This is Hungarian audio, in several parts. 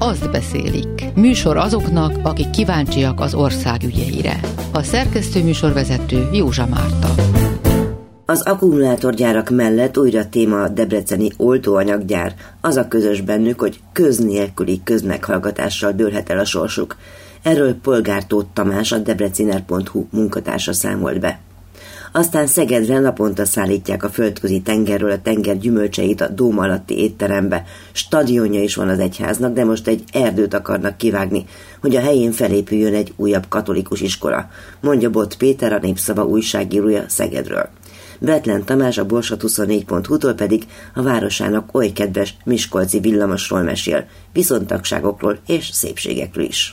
azt beszélik. Műsor azoknak, akik kíváncsiak az ország ügyeire. A szerkesztő műsorvezető Józsa Márta. Az akkumulátorgyárak mellett újra téma a debreceni oltóanyaggyár. Az a közös bennük, hogy köz nélküli közmeghallgatással dőlhet el a sorsuk. Erről Polgár Tóth Tamás, a debreciner.hu munkatársa számolt be. Aztán Szegedre naponta szállítják a földközi tengerről a tenger gyümölcseit a dóm alatti étterembe. Stadionja is van az egyháznak, de most egy erdőt akarnak kivágni, hogy a helyén felépüljön egy újabb katolikus iskola, mondja Bot Péter, a Népszava újságírója Szegedről. Bethlen Tamás a Borsod24.hu-tól pedig a városának oly kedves miskolci villamosról mesél, viszontagságokról és szépségekről is.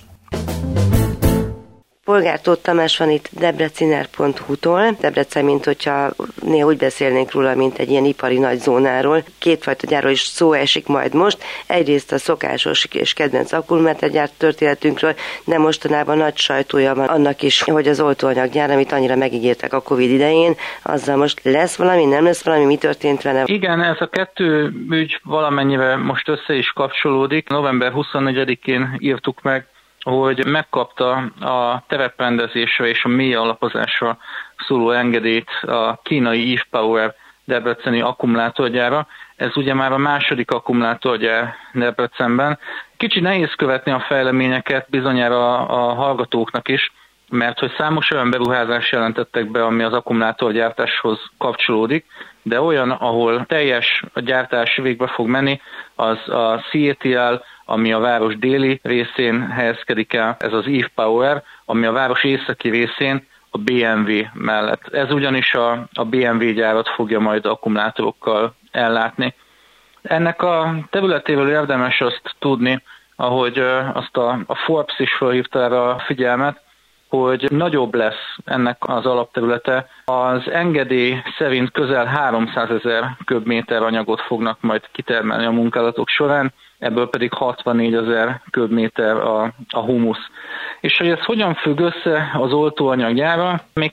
Polgár Tóth Tamás van itt Debreciner.hu-tól. Debrecen, mint hogyha néha úgy beszélnénk róla, mint egy ilyen ipari nagyzónáról. Kétfajta gyárról is szó esik majd most. Egyrészt a szokásos és kedvenc akkumulátorgyár történetünkről, de mostanában nagy sajtója van annak is, hogy az oltóanyaggyár, amit annyira megígértek a Covid idején, azzal most lesz valami, nem lesz valami, mi történt vele? Igen, ez a kettő ügy valamennyire most össze is kapcsolódik. November 24-én írtuk meg, hogy megkapta a tereprendezésre és a mély alapozásra szóló engedélyt a kínai Eve Power debreceni akkumulátorgyára. Ez ugye már a második akkumulátorgyár Debrecenben. Kicsit nehéz követni a fejleményeket bizonyára a hallgatóknak is, mert hogy számos olyan beruházást jelentettek be, ami az akkumulátorgyártáshoz kapcsolódik, de olyan, ahol teljes a gyártás végbe fog menni, az a CATL, ami a város déli részén helyezkedik el, ez az Eve Power, ami a város északi részén a BMW mellett. Ez ugyanis a BMW gyárat fogja majd akkumulátorokkal ellátni. Ennek a területéről érdemes azt tudni, ahogy azt a Forbes is felhívta erre a figyelmet, hogy nagyobb lesz ennek az alapterülete. Az engedély szerint közel 300 000 köbméter anyagot fognak majd kitermelni a munkálatok során, ebből pedig 64 000 köbméter a humusz. És hogy ez hogyan függ össze az oltóanyaggyárral? Még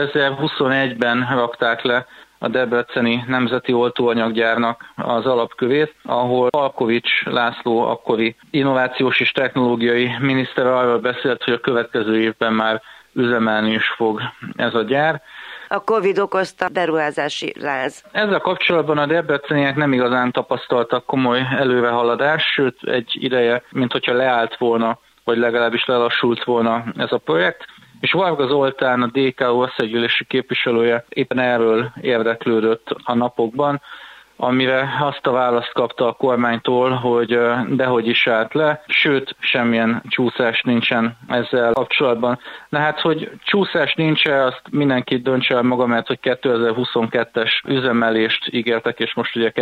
2021-ben rakták le a Debreceni Nemzeti Oltóanyaggyárnak az alapkövét, ahol Palkovics László akkori innovációs és technológiai miniszter arról beszélt, hogy a következő évben már üzemelni is fog ez a gyár. A Covid okozta beruházási láz. Ezzel kapcsolatban a debreceniek nem igazán tapasztaltak komoly előrehaladást, sőt egy ideje, mint hogyha leállt volna, vagy legalábbis lelassult volna ez a projekt. És Varga Zoltán, a DK országgyűlési képviselője éppen erről érdeklődött a napokban, amire azt a választ kapta a kormánytól, hogy dehogy is állt le, sőt, semmilyen csúszás nincsen ezzel kapcsolatban. De hát, hogy csúszás nincsen, azt mindenki döntse el maga, mert hogy 2022-es üzemelést ígértek, és most ugye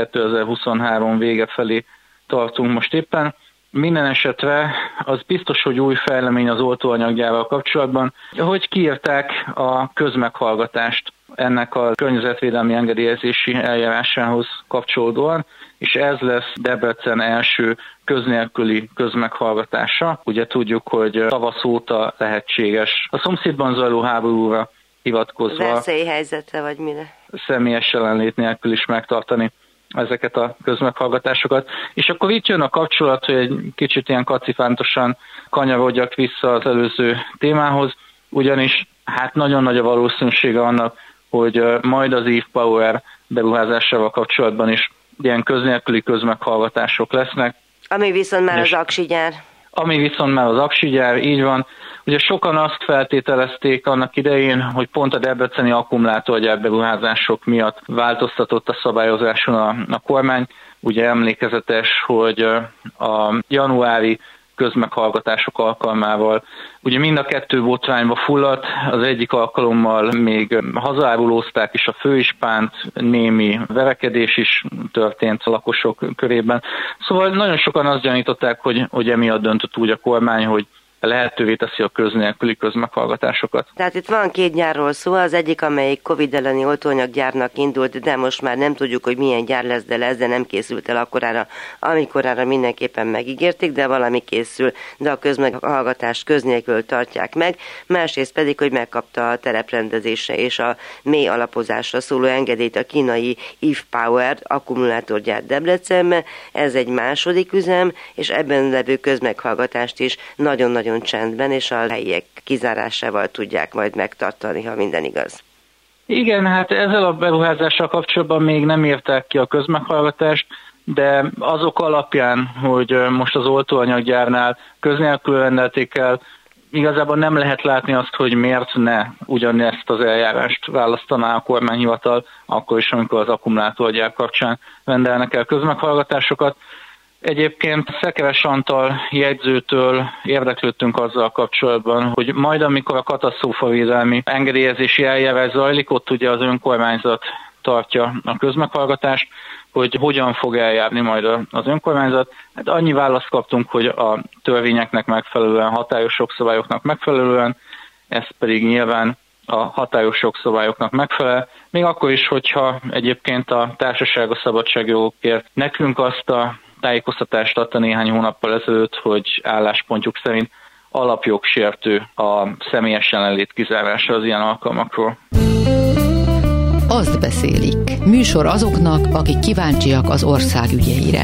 2023 vége felé tartunk most éppen. Minden esetre az biztos, hogy új fejlemény az oltóanyaggyárral kapcsolatban, hogy kiírták a közmeghallgatást ennek a környezetvédelmi engedélyezési eljárásához kapcsolódóan, és ez lesz Debrecen első köznélküli közmeghallgatása. Ugye tudjuk, hogy tavasz óta lehetséges a szomszédban zajló háborúra hivatkozva veszélyhelyzetre vagy mire? Személyes jelenlét nélkül is megtartani ezeket a közmeghallgatásokat. És akkor itt jön a kapcsolat, hogy egy kicsit ilyen kacifántosan kanyarodjak vissza az előző témához, ugyanis hát nagyon nagy a valószínűsége annak, hogy majd az Eve Power beruházásával kapcsolatban is ilyen köznélküli közmeghallgatások lesznek. Ami viszont már az aksigyár. Ami viszont már az aksigyár, így van. Ugye sokan azt feltételezték annak idején, hogy pont a debreceni akkumulátorgyár beruházások miatt változtatott a szabályozáson a kormány. Ugye emlékezetes, hogy a januári közmeghallgatások alkalmával ugye mind a kettő botrányba fulladt, az egyik alkalommal még hazaárulózták is a főispánt, némi verekedés is történt a lakosok körében. Szóval nagyon sokan azt gyanították, hogy emiatt döntött úgy a kormány, hogy lehetővé teszi a köz nélküli közmeghallgatásokat. Tehát itt van két gyárról szó, az egyik, amelyik Covid elleni oltóanyaggyárnak indult, de most már nem tudjuk, hogy milyen gyár lesz, de lesz, de nem készült el akkorára, amikorára mindenképpen megígérték, de valami készül, de a közmeghallgatást köz nélkül tartják meg. Másrészt pedig, hogy megkapta a tereprendezésre és a mély alapozásra szóló engedélyt a kínai Eve Power akkumulátorgyár Debrecenben. Ez egy második üzem, és ebben levő közmeghallgatást is nagyon-nagyon csendben és a helyiek kizárásával tudják majd megtartani, ha minden igaz. Igen, hát ezzel a beruházással kapcsolatban még nem írták ki a közmeghallgatást, de azok alapján, hogy most az oltóanyaggyárnál köz nélkül rendelték el, igazából nem lehet látni azt, hogy miért ne ugyanezt az eljárást választaná a kormányhivatal, akkor is, amikor az akkumulátorgyár kapcsán rendelnek el közmeghallgatásokat. Egyébként Szekeres Antal jegyzőtől érdeklődtünk azzal kapcsolatban, hogy majd amikor a katasztrófavédelmi engedélyezési eljárás zajlik, ott ugye az önkormányzat tartja a közmeghallgatást, hogy hogyan fog eljárni majd az önkormányzat. Hát annyi választ kaptunk, hogy a törvényeknek megfelelően, hatályos jogszabályoknak megfelelően, ez pedig nyilván a hatályos jogszabályoknak megfelel. Még akkor is, hogyha egyébként a Társaság a szabadságjogokért nekünk azt a tájékoztatást adta néhány hónappal ezelőtt, hogy álláspontjuk szerint alapjogsértő a személyes jelenlét kizárása az ilyen alkalmakról. Azt beszélik. Műsor azoknak, akik kíváncsiak az ország ügyeire.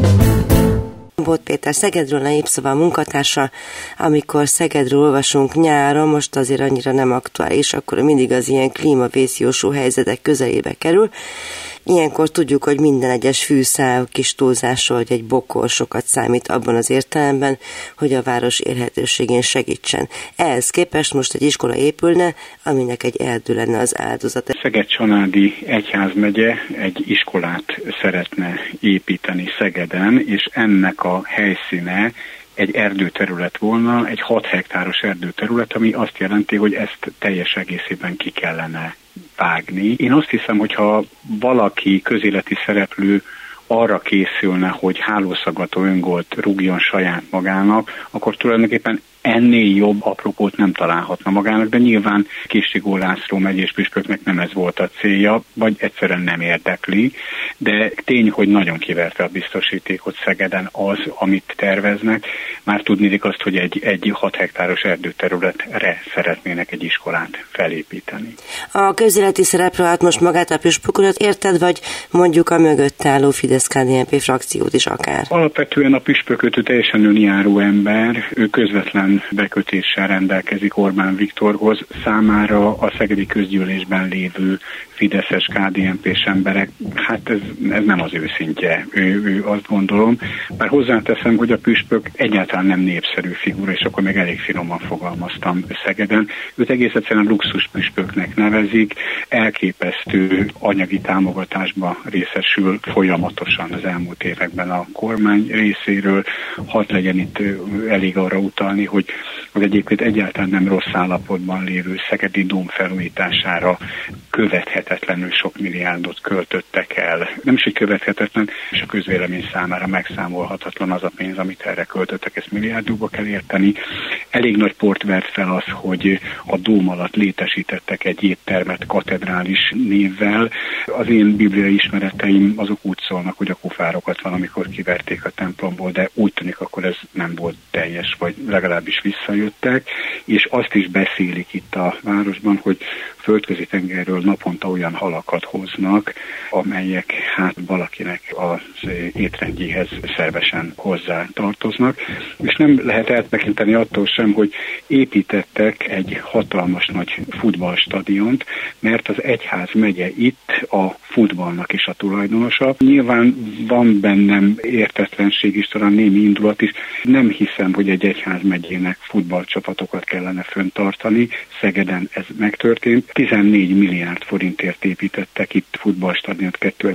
Bot Péter Szegedről, a Népszava munkatársa. Amikor Szegedről olvasunk nyáron, most azért annyira nem aktuális, akkor mindig az ilyen klímavészjósó helyzetek közelébe kerül. Ilyenkor tudjuk, hogy minden egyes fűszál kis túlzással, vagy egy bokor sokat számít abban az értelemben, hogy a város élhetőségén segítsen. Ehhez képest most egy iskola épülne, aminek egy erdő lenne az áldozat. Szeged-Csanádi egyházmegye egy iskolát szeretne építeni Szegeden, és ennek a helyszíne egy erdőterület volna, egy 6 hektáros erdőterület, ami azt jelenti, hogy ezt teljes egészében ki kellene vágni. Én azt hiszem, hogyha valaki közéleti szereplő arra készülne, hogy hálószaggató öngolt rúgjon saját magának, akkor tulajdonképpen ennél jobb apropót nem találhatna magának, de nyilván Kistigó László megyés püspöknek nem ez volt a célja, vagy egyszerűen nem érdekli, de tény, hogy nagyon kiverte a biztosítékot Szegeden az, amit terveznek. Már tudnék azt, hogy egy 6 hektáros erdőterületre szeretnének egy iskolát felépíteni. A közéleti szereplő hát most magát a püspököt érted, vagy mondjuk a mögött álló Fidesz-KDNP frakciót is akár? Alapvetően a püspököt teljesen önjáró ember, ő közvetlen bekötéssel rendelkezik Orbán Viktorhoz. Számára a szegedi közgyűlésben lévő fideszes KDNP-s emberek, hát ez nem az őszintje, ő azt gondolom. Bár hozzáteszem, hogy a püspök egyáltalán nem népszerű figura, és akkor még elég finoman fogalmaztam Szegeden. Őt egész egyszerűen luxus püspöknek nevezik, elképesztő anyagi támogatásba részesül folyamatosan az elmúlt években a kormány részéről. Hadd legyen itt elég arra utalni, hogy az egyébként egyáltalán nem rossz állapotban lévő szegedi dóm felújítására követhetetlenül sok milliárdot költöttek el. Nem is, hogy követhetetlen, és a közvélemény számára megszámolhatatlan az a pénz, amit erre költöttek, ezt milliárdokba kell érteni. Elég nagy port vert fel az, hogy a dóm alatt létesítettek egy éttermet katedrális névvel. Az én bibliai ismereteim azok úgy szólnak, hogy a kufárokat valamikor kiverték a templomból, de úgy tűnik, akkor ez nem volt teljes, vagy legalábbis visszajöttek, és azt is beszélik itt a városban, hogy földközi tengerről naponta olyan halakat hoznak, amelyek hát valakinek az étrendjéhez szervesen hozzá tartoznak, és nem lehet eltekinteni attól sem, hogy építettek egy hatalmas nagy futballstadiont, mert az egyház megye itt a futballnak is a tulajdonosa. Nyilván van bennem értetlenség is, talán némi indulat is. Nem hiszem, hogy egy egyház megyének futballcsapatokat kellene fenntartani. Szegeden ez megtörtént. 14 milliárd forintért építettek itt futballstadiont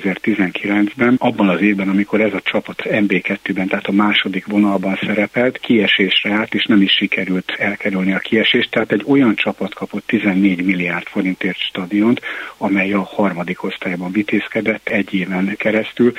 2019-ben. Abban az évben, amikor ez a csapat MB2-ben, tehát a második vonalban szerepelt, kiesésre állt, és nem is sikerült elkerülni a kiesést. Tehát egy olyan csapat kapott 14 milliárd forintért stadiont, amely a harmadik osztályban vitézkedett egy éven keresztül.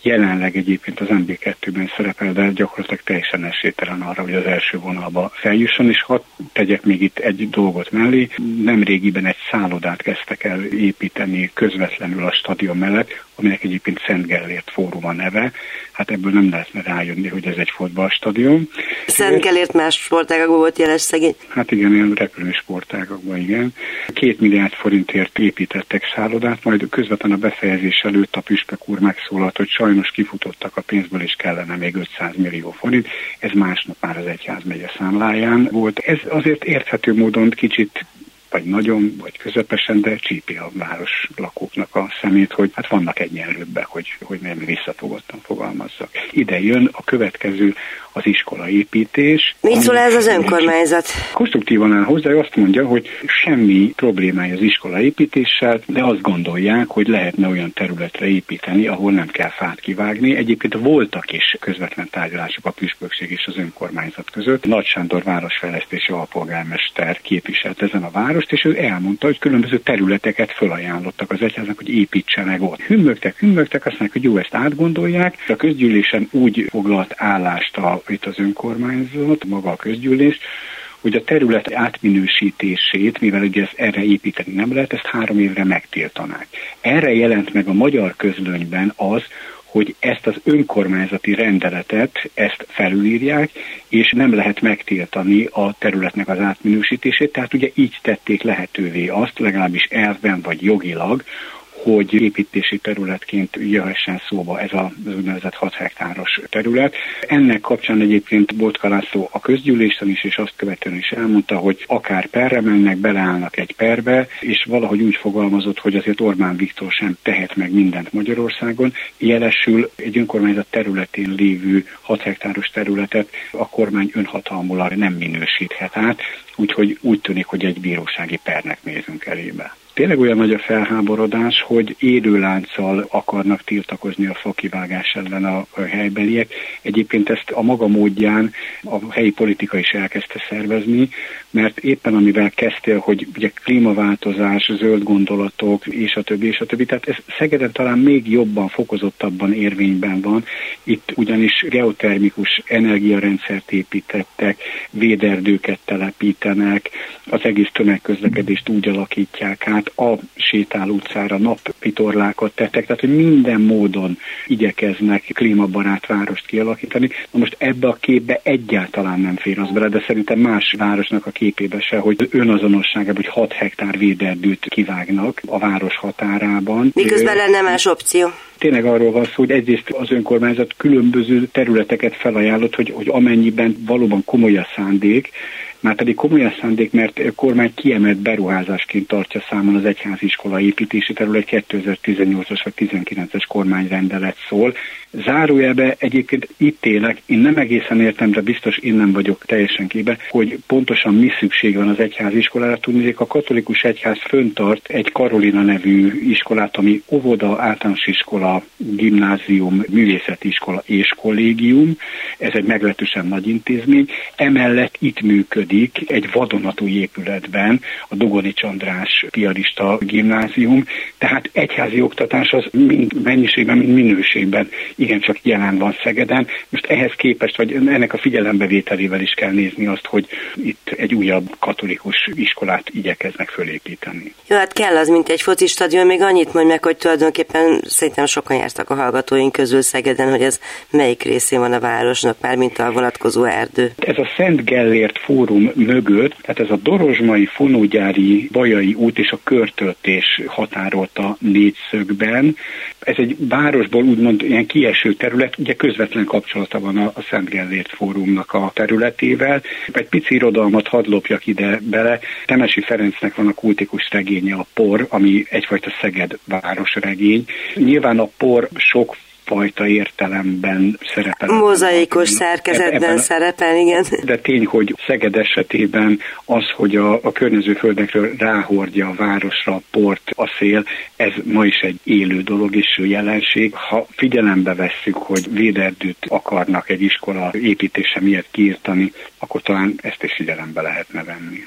jelenleg egyébként az MB2-ben szerepel, de gyakorlatilag teljesen esélytelen arra, hogy az első vonalba feljusson, és hadd tegyek még itt egy dolgot mellé. Nemrégiben egy szállodát kezdtek el építeni közvetlenül a stadion mellett, aminek egyébként Szent Gellért Fórum a neve. Hát ebből nem lehetne rájönni, hogy ez egy fotballstadion. Szent Gellért más sportágakban volt jeles szegény? Hát igen, ilyen repülő sportágakban, igen. 2 milliárd forintért építettek szállodát, majd közvetlen a befejezés előtt a püspök úr megszólalt, hogy sajnos kifutottak a pénzből, és kellene még 500 millió forint. Ez másnap már az egyházmegye számláján volt. Ez azért érthető módon kicsit vagy nagyon, vagy közepesen, de csípi a város lakóknak a szemét, hogy hát vannak egyenlőbbek, hogy nem visszafogottan fogalmazzak. Ide jön a következő, az iskolaépítés. Mit szól ez az önkormányzat? Konstruktívan áll hozzá, azt mondja, hogy semmi problémája az iskolaépítéssel, de azt gondolják, hogy lehetne olyan területre építeni, ahol nem kell fát kivágni. Egyébként voltak is közvetlen tárgyalások a püspökség és az önkormányzat között. Nagy Sándor városfejlesztési alpolgármester képviselt ezen a várost, és ő elmondta, hogy különböző területeket fölajánlottak az egyháznak, hogy építsenek ott. Hümmögtek, azt mondják, hogy jó, ezt átgondolják. A közgyűlésen úgy foglalt állást itt az önkormányzat, maga a közgyűlés, hogy a terület átminősítését, mivel ugye ezt erre építeni nem lehet, ezt 3 évre megtiltanák. Erre jelent meg a magyar közlönyben az, hogy ezt az önkormányzati rendeletet, ezt felülírják, és nem lehet megtiltani a területnek az átminősítését, tehát ugye így tették lehetővé azt, legalábbis elvben vagy jogilag, hogy építési területként jöhessen szóba ez az úgynevezett 6 hektáros terület. Ennek kapcsán egyébként Botka László a közgyűlésen is, és azt követően is elmondta, hogy akár perre mennek, beleállnak egy perbe, és valahogy úgy fogalmazott, hogy azért Orbán Viktor sem tehet meg mindent Magyarországon. Jelesül egy önkormányzat területén lévő 6 hektáros területet a kormány önhatalmulag nem minősíthet át, úgyhogy úgy tűnik, hogy egy bírósági pernek nézünk elébe. Tényleg olyan nagy a felháborodás, hogy élőlánccal akarnak tiltakozni a fakivágás ellen a helybeliek. Egyébként ezt a maga módján a helyi politika is elkezdte szervezni, mert éppen amivel kezdtél, hogy ugye klímaváltozás, zöld gondolatok, és a többi, tehát ez Szegeden talán még jobban, fokozottabban érvényben van. Itt ugyanis geotermikus energiarendszert építettek, véderdőket telepítenek, az egész tömegközlekedést úgy alakítják át, a sétáló utcára napvitorlákat tettek, tehát hogy minden módon igyekeznek klímabarát várost kialakítani. Na most ebbe a képbe egyáltalán nem fér az bele, de szerintem más városnak a képébe se, hogy önazonosságában, hogy 6 hektár véderdőt kivágnak a város határában. Miközben lenne más opció. Tényleg arról van szó, hogy egyrészt az önkormányzat különböző területeket felajánlott, hogy amennyiben valóban komoly a szándék, már pedig komoly a szándék, mert a kormány kiemelt beruházásként tartja számon az egyháziskola építési terület, 2018-as vagy 19-es kormányrendelet szól. Zárójelbe egyébként itt élek, én nem egészen értem, de biztos én nem vagyok teljesen képben, hogy pontosan mi szükség van az egyháziskolára. Tudnék, a katolikus egyház föntart egy Karolina nevű iskolát, ami óvoda, általános iskola, gimnázium, művészeti iskola és kollégium. Ez egy meglehetősen nagy intézmény. Emellett itt működik egy vadonatúj épületben a Dogonics András piarista gimnázium, tehát egyházi oktatás az mind mennyiségben, mind minőségben igencsak jelen van Szegeden. Most ehhez képest, vagy ennek a figyelembevételével is kell nézni azt, hogy itt egy újabb katolikus iskolát igyekeznek fölépíteni. Jó, hát kell az, mint egy focistadion, még annyit mondj meg, hogy tulajdonképpen szerintem sokan jártak a hallgatóink közül Szegeden, hogy ez melyik részén van a városnak, már mint a vonatkozó erdő. Ez a Szent Gellért Fórum mögött, tehát ez a Dorozsmai, Fonógyári, Bajai út és a körtöltés határolta négyszögben. Ez egy városból úgymond ilyen kieső terület, ugye közvetlen kapcsolata van a Szent Gellért Fórumnak a területével. Egy pici irodalmat hadd lopjak ide bele. Temesi Ferencnek van a kultikus regénye, a Por, ami egyfajta Szeged városregény. Nyilván a por sok fajta értelemben szerepel. Mozaikos szerkezetben szerepel, igen. De tény, hogy Szeged esetében az, hogy a környező földekről ráhordja a városra a port, a szél, ez ma is egy élő dolog és jelenség. Ha figyelembe vesszük, hogy véderdőt akarnak egy iskola építése miatt kiírtani, akkor talán ezt is figyelembe lehetne venni.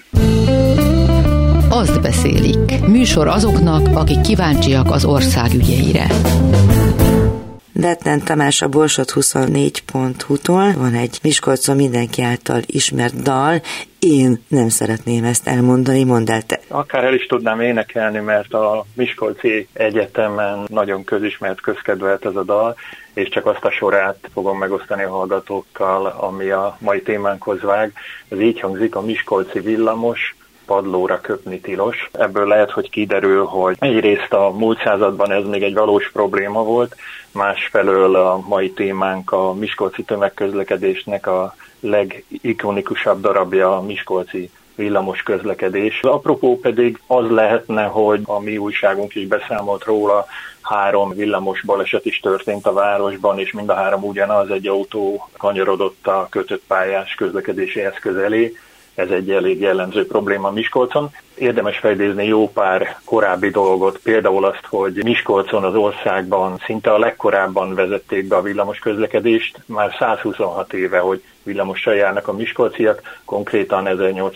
Azt beszélik. Műsor azoknak, akik kíváncsiak az ország ügyeire. Detlen Tamás a Borsod24.hu-tól van egy Miskolcon mindenki által ismert dal. Én nem szeretném ezt elmondani, mondd el te. Akár el is tudnám énekelni, mert a Miskolci Egyetemen nagyon közismert, közkedvelt ez a dal, és csak azt a sorát fogom megosztani a hallgatókkal, ami a mai témánkhoz vág. Ez így hangzik: a miskolci villamos, padlóra köpni tilos. Ebből lehet, hogy kiderül, hogy egyrészt a múlt században ez még egy valós probléma volt, másfelől a mai témánk a miskolci tömegközlekedésnek a legikonikusabb darabja, a miskolci villamos közlekedés. Az apropó pedig az lehetne, hogy a mi újságunk is beszámolt róla, 3 villamos baleset is történt a városban, és mind a 3 ugyanaz, egy autó kanyarodott a kötött pályás közlekedési eszköz elé. Ez egy elég jellemző probléma Miskolcon. Érdemes felidézni jó pár korábbi dolgot, például azt, hogy Miskolcon az országban szinte a legkorábban vezették be a villamos közlekedést, már 126 éve, hogy villamossal járnak a miskolciak, konkrétan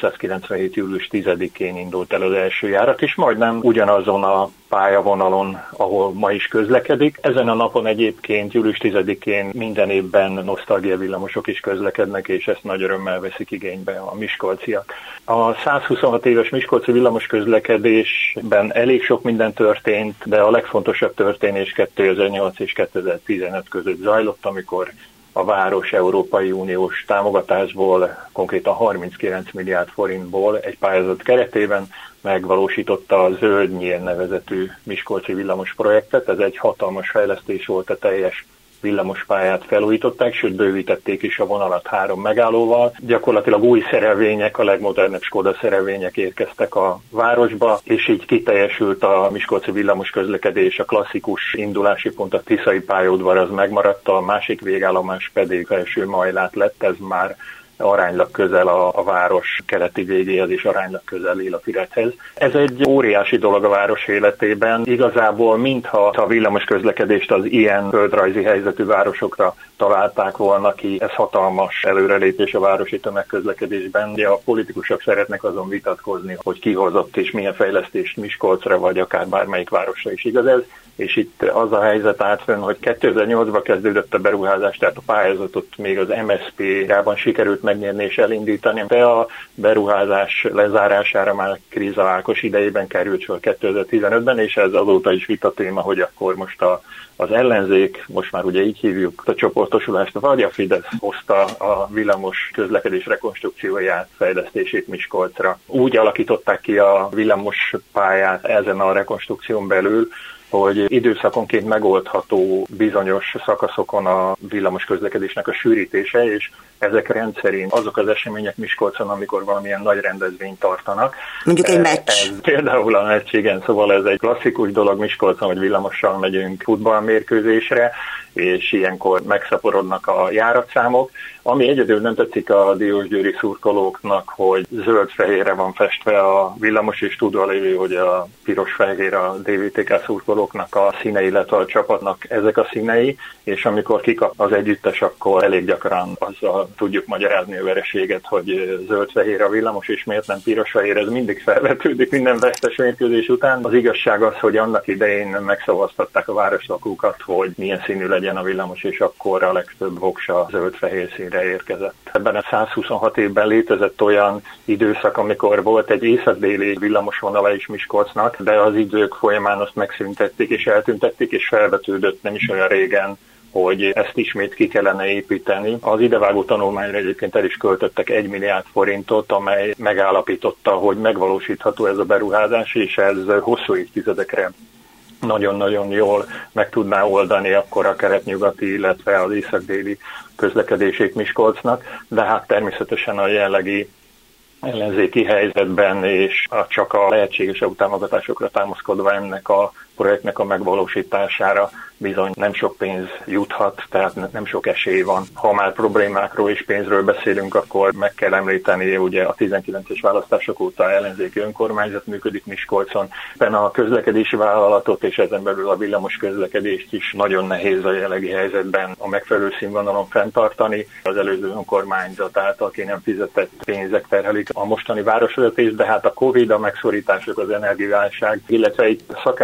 1897. július 10-én indult el az első járat, és majdnem ugyanazon a pályavonalon, ahol ma is közlekedik. Ezen a napon egyébként, július 10-én minden évben nosztalgia villamosok is közlekednek, és ezt nagy örömmel veszik igénybe a miskolciak. A 126 éves miskolci villamos közlekedésben elég sok minden történt, de a legfontosabb történés 2008 és 2015 között zajlott, amikor a város Európai Uniós támogatásból, konkrétan 39 milliárd forintból egy pályázat keretében megvalósította a Zöld Nyíl nevezetű miskolci villamos projektet. Ez egy hatalmas fejlesztés volt, a teljes villamospályát felújították, sőt bővítették is a vonalat 3 megállóval. Gyakorlatilag új szerelvények, a legmodernebb Skoda szerelvények érkeztek a városba, és így kiteljesült a miskolci villamos közlekedés. A klasszikus indulási pont, a Tiszai pályaudvar az megmaradt, a másik végállomás pedig Felső Majlát lett, ez már aránylag közel a város keleti végéhez és aránylag közel Lélafüredhez. Ez egy óriási dolog a város életében. Igazából mintha a villamos közlekedést az ilyen földrajzi helyzetű városokra találták volna ki, ez hatalmas előrelépés a városi tömegközlekedésben. De a politikusok szeretnek azon vitatkozni, hogy ki hozott és milyen fejlesztést Miskolcra, vagy akár bármelyik városra is igaz ez. És itt az a helyzet állt fönn, hogy 2008-ban kezdődött a beruházás, tehát a pályázatot még az MSZP-jában sikerült megnyerni és elindítani, de a beruházás lezárására már Kriza Ákos idejében került sor 2015-ben, és ez azóta is vitatéma, hogy akkor most az ellenzék, most már ugye így hívjuk a csoportosulást, vagy a Fidesz hozta a villamos közlekedés rekonstrukcióját, fejlesztését Miskolcra. Úgy alakították ki a villamos pályát ezen a rekonstrukción belül, hogy időszakonként megoldható bizonyos szakaszokon a villamos közlekedésnek a sűrítése, és ezek rendszerint azok az események Miskolcon, amikor valamilyen nagy rendezvényt tartanak. Mondjuk egy meccs. Például a meccs, igen, szóval ez egy klasszikus dolog Miskolcon, hogy villamossal megyünk futballmérkőzésre, és ilyenkor megszaporodnak a járatszámok. Ami egyedül nem tetszik a diósgyőri szurkolóknak, hogy zöld-fehérre van festve a villamos, és tudva lévő, hogy a piros-fehér a DVTK szurkolóknak a színei, illetve a csapatnak ezek a színei, és amikor kikap az együttes, akkor elég gyakran azzal tudjuk magyarázni a vereséget, hogy zöld-fehér a villamos, és miért nem piros-fehér, ez mindig felvetődik minden vesztes mérkőzés után. Az igazság az, hogy annak idején megszavaztatták a városlakókat, hogy milyen színű legyen a villamos, és akkor a legtöbb voksa zöld-fehér színre érkezett. Ebben a 126 évben létezett olyan időszak, amikor volt egy észak-déli villamosvonala is Miskolcnak, de az idők folyamán azt megszüntették és eltüntették, és felvetődött nem is olyan régen, hogy ezt ismét ki kellene építeni. Az idevágó tanulmányra egyébként el is költöttek 1 milliárd forintot, amely megállapította, hogy megvalósítható ez a beruházás, és ez hosszú évtizedekre nagyon-nagyon jól meg tudná oldani akkor a kelet-nyugati, illetve az észak-déli közlekedését Miskolcnak, de hát természetesen a jelenlegi ellenzéki helyzetben és csak a lehetséges EU támogatásokra támaszkodva ennek a projektnek a megvalósítására bizony nem sok pénz juthat, tehát nem sok esély van. Ha már problémákról és pénzről beszélünk, akkor meg kell említeni, ugye a 19-es választások óta ellenzéki önkormányzat működik Miskolcon. Ebben a közlekedési vállalatot és ezen belül a villamos közlekedést is nagyon nehéz a jelenlegi helyzetben a megfelelő színvonalon fenntartani. Az előző önkormányzat által ki nem fizetett pénzek terhelik a mostani városvezetést, de hát a Covid, a megszorítások, az energiaválság, illetve egy szakemberhiány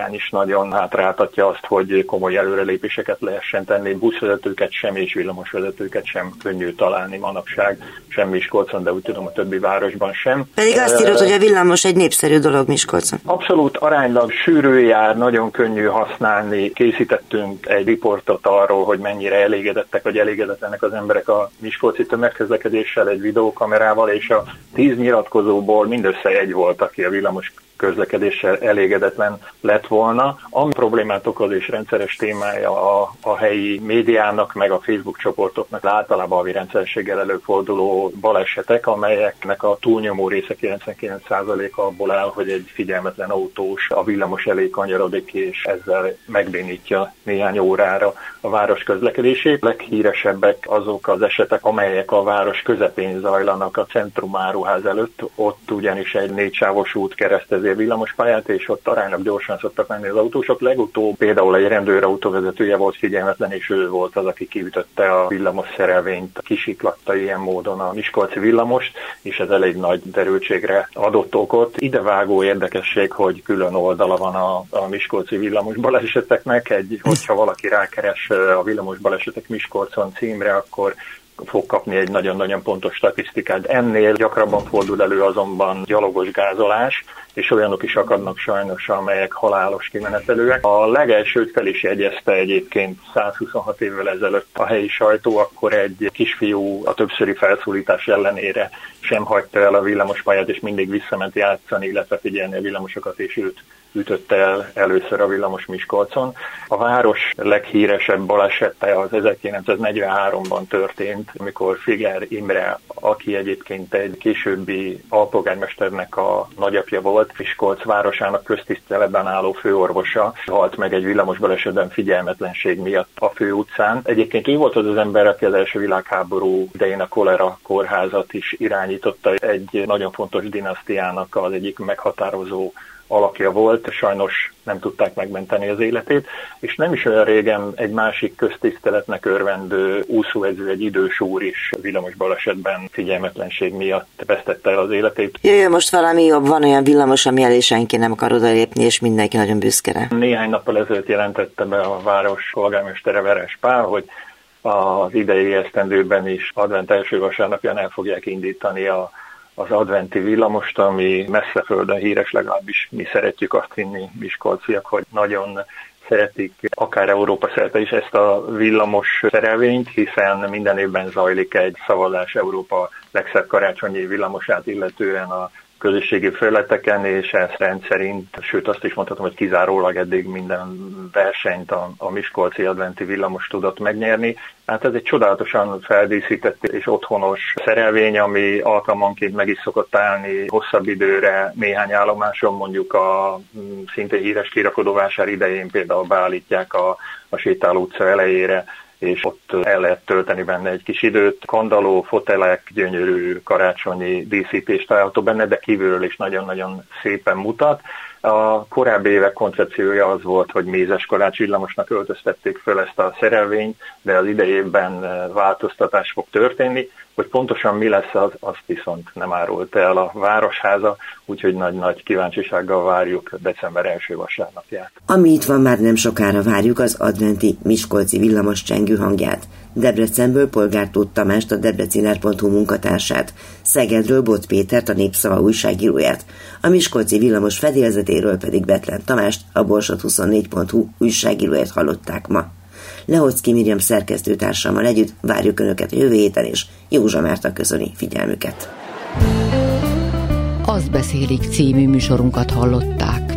hiány is nagyon hátráltatja azt, hogy komoly előrelépéseket lehessen tenni. Buszvezetőket sem és villamosvezetőket sem könnyű találni manapság, sem Miskolcon, de úgy tudom a többi városban sem. Pedig azt írod, hogy a villamos egy népszerű dolog Miskolcon. Abszolút aránylag sűrű jár, nagyon könnyű használni. Készítettünk egy riportot arról, hogy mennyire elégedettek vagy elégedetlenek az emberek a miskolci tömegközlekedéssel egy videókamerával, és a 10 nyilatkozóból mindössze egy volt, aki a villamos közlekedéssel elégedetlen lett volna. Ami problémát okoz és rendszeres témája a helyi médiának, meg a Facebook csoportoknak általában havi rendszerességgel előforduló balesetek, amelyeknek a túlnyomó része 99%-a abból áll, hogy egy figyelmetlen autós a villamos elé kanyarodik, és ezzel megbénítja néhány órára a város közlekedését. Leghíresebbek azok az esetek, amelyek a város közepén zajlanak, a Centrum áruház előtt. Ott ugyanis egy 4 sávos út keresztezi a villamospályát, és ott aránylag gyorsan szoktak menni az autósok. Legutóbb például egy rendőrautóvezetője volt figyelmetlen, és ő volt az, aki kiütötte a villamos szerelvényt, kisiklatta ilyen módon a miskolci villamost, és ez elég nagy derültségre adott okot. Idevágó érdekesség, hogy külön oldala van a miskolci villamos baleseteknek. Hogyha valaki rákeres a villamos balesetek Miskolcon címre, akkor fog kapni egy nagyon-nagyon pontos statisztikát. Ennél gyakrabban fordul elő azonban gyalogos gázolás, és olyanok is akadnak sajnos, amelyek halálos kimenetelőek. A legelsőt fel is jegyezte egyébként 126 évvel ezelőtt a helyi sajtó, akkor egy kisfiú a többszöri felszólítás ellenére sem hagyta el a villamospályát, és mindig visszament játszani, illetve figyelni a villamosokat, és őt ütötte el először a villamos Miskolcon. A város leghíresebb balesete az 1943-ban történt, amikor Figer Imre, aki egyébként egy későbbi alpolgármesternek a nagyapja volt, Miskolc városának köztiszteletben álló főorvosa, halt meg egy villamos balesetben figyelmetlenség miatt a főutcán. Egyébként ő volt az az ember, aki az első világháború idején a kolera kórházat is irányította, egy nagyon fontos dinasztiának az egyik meghatározó alakja volt, sajnos nem tudták megmenteni az életét, és nem is olyan régen egy másik köztiszteletnek örvendő úszóedző, egy idős úr is villamos balesetben figyelmetlenség miatt vesztette el az életét. Jöjjön most valami jobb, van olyan villamos, ami elé senki nem akar odalépni, és mindenki nagyon büszke rá. Néhány nappal ezelőtt jelentette be a város polgármestere Veres Pál, hogy az idei esztendőben is advent első vasárnapján el fogják indítani az adventi villamost, ami messze földön híres, legalábbis mi szeretjük azt hinni miskolciak, hogy nagyon szeretik akár Európa szerte is ezt a villamos szerelvényt, hiszen minden évben zajlik egy szavazás Európa legszebb karácsonyi villamosát illetően a közösségi felületeken, és ezt rendszerint, sőt azt is mondhatom, hogy kizárólag eddig minden versenyt a miskolci adventi villamos tudott megnyerni. Hát ez egy csodálatosan feldíszített és otthonos szerelvény, ami alkalmanként meg is szokott állni hosszabb időre néhány állomáson, mondjuk a szintén híres kirakodóvásár idején például beállítják a Sétáló utca elejére, és ott el lehet tölteni benne egy kis időt. Kandalló, fotelek, gyönyörű karácsonyi díszítés található benne, de kívülről is nagyon-nagyon szépen mutat. A korábbi évek koncepciója az volt, hogy mézes karács villamosnak öltöztették föl ezt a szerelvényt, de az idejében változtatás fog történni. Hogy pontosan mi lesz az, azt viszont nem árult el a Városháza, úgyhogy nagy-nagy kíváncsisággal várjuk december első vasárnapját. Ami itt van, már nem sokára várjuk az adventi miskolci villamos csengő hangját. Debrecenből Polgár Tóth Tamást, a debreciner.hu munkatársát, Szegedről Bot Pétert, a Népszava újságíróját, a miskolci villamos fedélzetéről pedig Betlen Tamást, a Borsod24.hu újságíróját hallották ma. Lehocki Miriam szerkesztőtársammal együtt várjuk Önöket a jövő héten, és Józsa Márta köszöni figyelmüket. Azt beszélik című műsorunkat hallották.